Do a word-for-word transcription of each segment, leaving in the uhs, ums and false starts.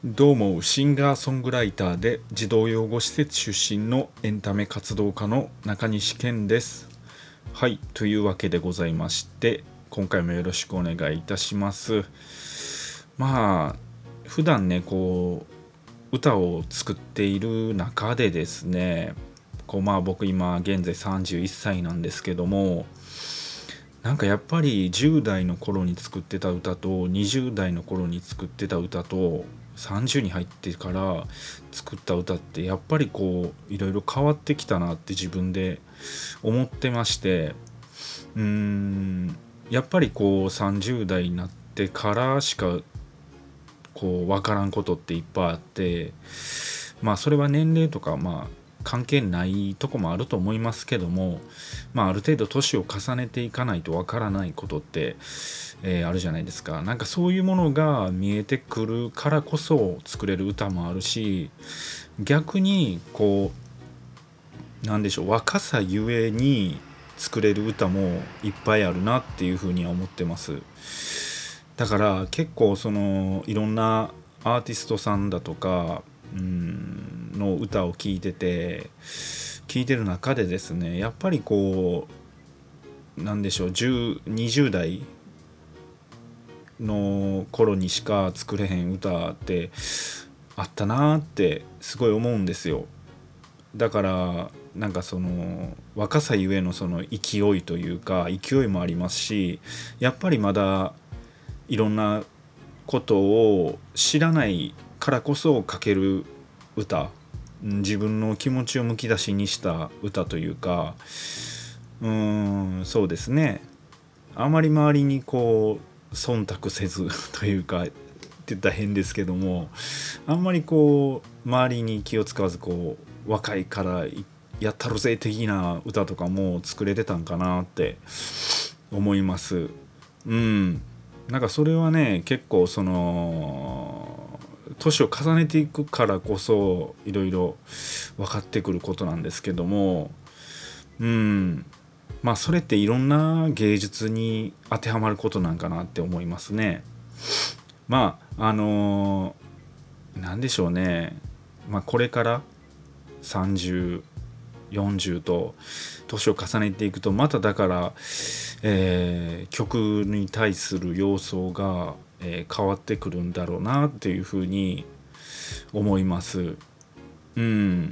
どうもシンガーソングライターで児童養護施設出身のエンタメ活動家の中西健です。はい、というわけでございまして、今回もよろしくお願いいたします。まあ普段ねこう歌を作っている中でですね、こうまあ僕今現在さんじゅういっさいなんですけども、なんかやっぱりじゅう代の頃に作ってた歌とにじゅう代の頃に作ってた歌とさんじゅうに入ってから作った歌ってやっぱりこういろいろ変わってきたなって自分で思ってまして、うーんやっぱりこうさんじゅう代になってからしかこう分からんことっていっぱいあって、まあそれは年齢とかまあ関係ないとこもあると思いますけども、まあある程度年を重ねていかないと分からないことって、えーあるじゃないですか。なんかそういうものが見えてくるからこそ作れる歌もあるし、逆にこうなんでしょう、若さゆえに作れる歌もいっぱいあるなっていうふうには思ってます。だから結構そのいろんなアーティストさんだとかうんの歌を聴いてて聴いてる中でですね、やっぱりこうなんでしょう、じゅう、にじゅう代の頃にしか作れへん歌ってあったなーってすごい思うんですよ。だからなんかその若さゆえのその勢いというか勢いもありますし、やっぱりまだいろんなことを知らないからこそ書ける歌、自分の気持ちをむき出しにした歌というか、うーんそうですね、あまり周りにこう忖度せずというかって言ったら変ですけども、あんまりこう周りに気を使わずこう若いからやったるぜ的な歌とかも作れてたんかなって思います。うん、なんかそれはね結構その年を重ねていくからこそいろいろ分かってくることなんですけども、うんまあそれっていろんな芸術に当てはまることなんかなって思いますね。まああのーなんでしょうね、まあこれからさんじゅう、よんじゅうと年を重ねていくとまただから、えー曲に対する様相が、えー変わってくるんだろうなっていうふうに思います。うん、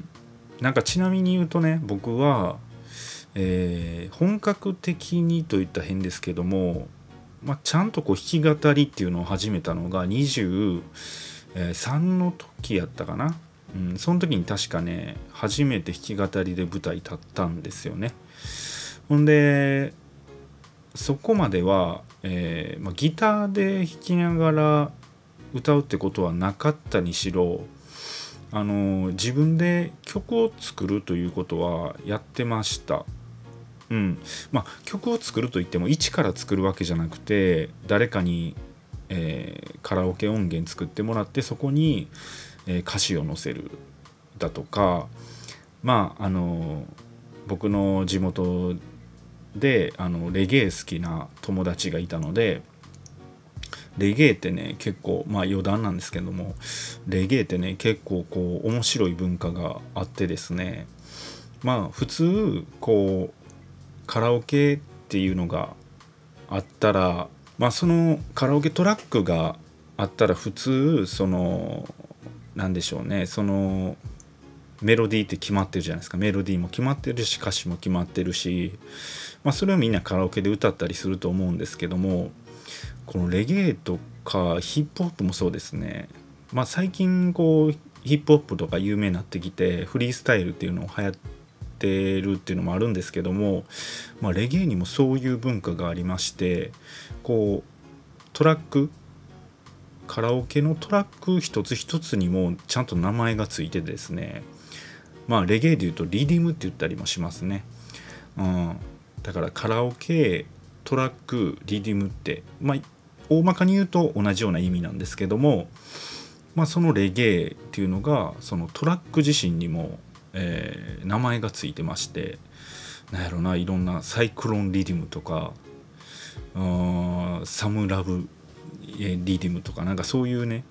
なんかちなみに言うとね、僕は、えー本格的にといったら変ですけども、まあ、ちゃんとこう弾き語りっていうのを始めたのがにじゅうさんの時やったかな。うん、その時に確かね初めて弾き語りで舞台立ったんですよね。ほんでそこまでは、えーまあ、ギターで弾きながら歌うってことはなかったにしろ、あの自分で曲を作るということはやってました。うん、まあ曲を作るといっても一から作るわけじゃなくて、誰かに、えーカラオケ音源作ってもらってそこに、えー歌詞を載せるだとか、まああの僕の地元であのレゲエ好きな友達がいたので、レゲエってね結構まあ余談なんですけども、レゲエってね結構こう面白い文化があってですね、まあ普通こうカラオケっていうのがあったら、まあそのカラオケトラックがあったら普通そのなんでしょうね、そのメロディーって決まってるじゃないですか。メロディーも決まってるし歌詞も決まってるし、まあそれをみんなカラオケで歌ったりすると思うんですけども、このレゲエとかヒップホップもそうですね。まあ最近こうヒップホップとか有名になってきてフリースタイルっていうのを流行ってるっていうのもあるんですけども、まあレゲエにもそういう文化がありまして、こうトラックカラオケのトラック一つ一つにもちゃんと名前がついてですね、まあレゲエでいうとリディムって言ったりもしますね。うん、だからカラオケトラックリディムってまあ大まかに言うと同じような意味なんですけども、まあそのレゲエっていうのがそのトラック自身にも、えー名前がついてまして、なんやろな、いろんなサイクロンリディムとかうーんサムラブリディムとかなんかそういうね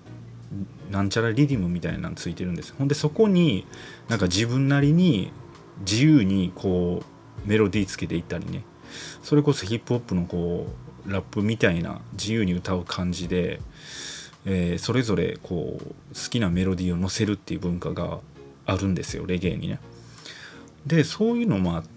なんちゃらリディムみたいなのついてるんです。ほんでそこになんか自分なりに自由にこうメロディーつけていったりね、それこそヒップホップのこうラップみたいな自由に歌う感じで、えー、それぞれこう好きなメロディーを乗せるっていう文化があるんですよ、レゲエにね。でそういうのもあって、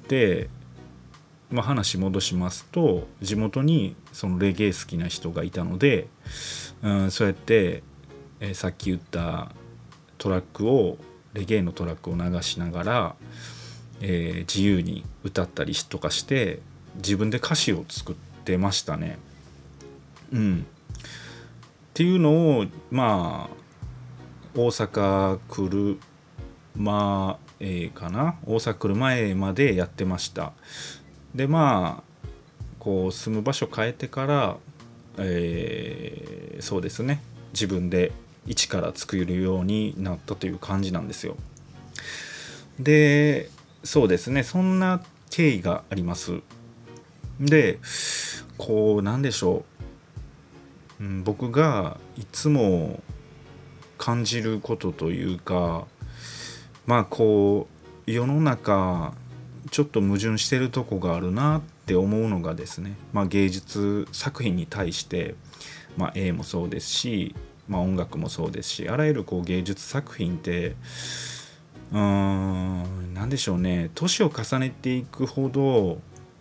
まあ、話戻しますと、地元にそのレゲエ好きな人がいたので、うん、そうやって、えー、さっき言ったトラックをレゲエのトラックを流しながら、えー、自由に歌ったりとかして自分で歌詞を作ってましたね。うん。っていうのをまあ大阪来る前かな、大阪来る前までやってました。でまあこう住む場所変えてから、えー、そうですね、自分で一から作るようになったという感じなんですよ。でそうですね、そんな経緯があります。でこうなんでしょう、うん、僕がいつも感じることというか、まあこう世の中ちょっと矛盾してるとこがあるなって思うのがですね、まあ、芸術作品に対して、まあ、絵もそうですし、まあ、音楽もそうですし、あらゆるこう芸術作品ってうーん何でしょうね、年を重ねていくほど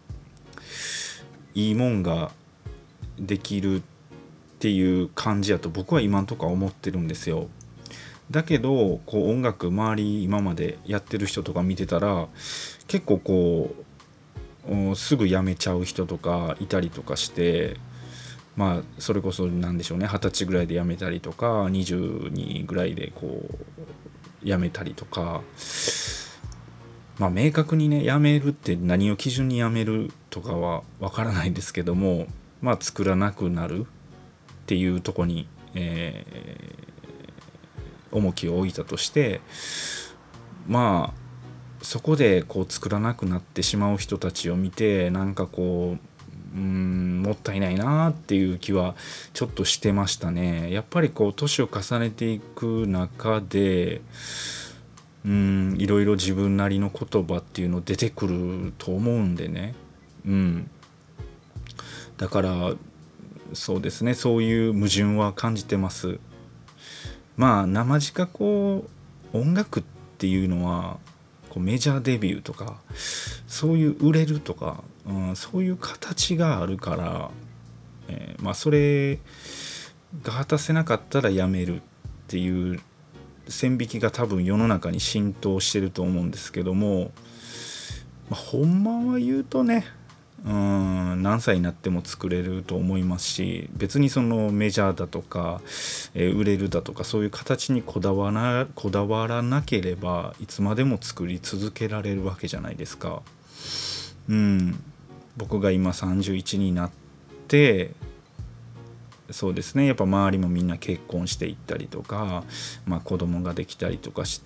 いいもんができるっていう感じやと僕は今んとこは思ってるんですよ。だけどこう音楽周り今までやってる人とか見てたら結構こうすぐ辞めちゃう人とかいたりとかして、まあそれこそなんでしょうね、はたちぐらいで辞めたりとかにじゅうにぐらいでこう辞めたりとか、まあ明確にね辞めるって何を基準に辞めるとかはわからないんですけども、まあ作らなくなるっていうとこに、えー重きを置いたとして、まあそこでこう作らなくなってしまう人たちを見てなんかこううーんもったいないなっていう気はちょっとしてましたね。やっぱりこう年を重ねていく中でうーんいろいろ自分なりの言葉っていうの出てくると思うんでね、うん、だからそうですね、そういう矛盾は感じてます。まあ生近こう音楽っていうのはこうメジャーデビューとかそういう売れるとか、うん、そういう形があるから、えー、まあそれが果たせなかったらやめるっていう線引きが多分世の中に浸透してると思うんですけども、まあ、ほんまは言うとね、うん何歳になっても作れると思いますし、別にそのメジャーだとか、えー、売れるだとかそういう形にこだわら、こだわらなければいつまでも作り続けられるわけじゃないですか。うん、僕が今さんじゅういちになってそうですね、やっぱ周りもみんな結婚していったりとか、まあ、子供ができたりとかして、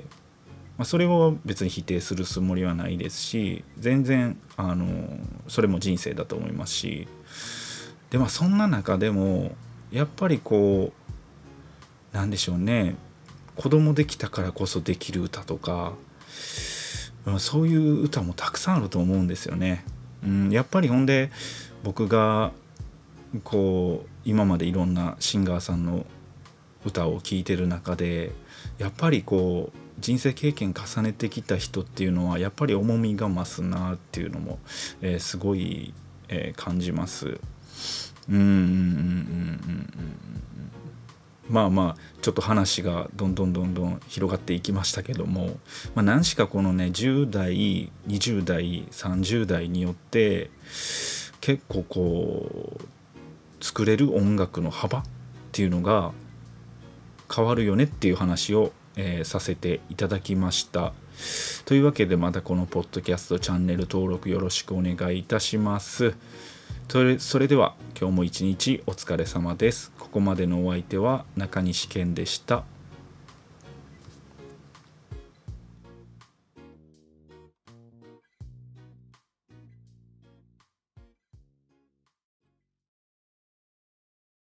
まあ、それを別に否定するつもりはないですし、全然あのそれも人生だと思いますし、でまあそんな中でもやっぱりこうなんでしょうね、子供できたからこそできる歌とか、そういう歌もたくさんあると思うんですよね。うん、やっぱりほんで僕がこう今までいろんなシンガーさんの歌を聴いてる中でやっぱりこう人生経験重ねてきた人っていうのはやっぱり重みが増すなっていうのも、えー、すごい、えー、感じます。うんうんうんうんうんうんまあまあちょっと話がどんどんどんどん広がっていきましたけども、まあ、何しかこのねじゅう代にじゅう代さんじゅう代によって結構こう作れる音楽の幅っていうのが変わるよねっていう話を、えー、させていただきました。というわけでまたこのポッドキャストチャンネル登録よろしくお願いいたします。それ、それでは今日も一日お疲れ様です。ここまでのお相手は中西健でした。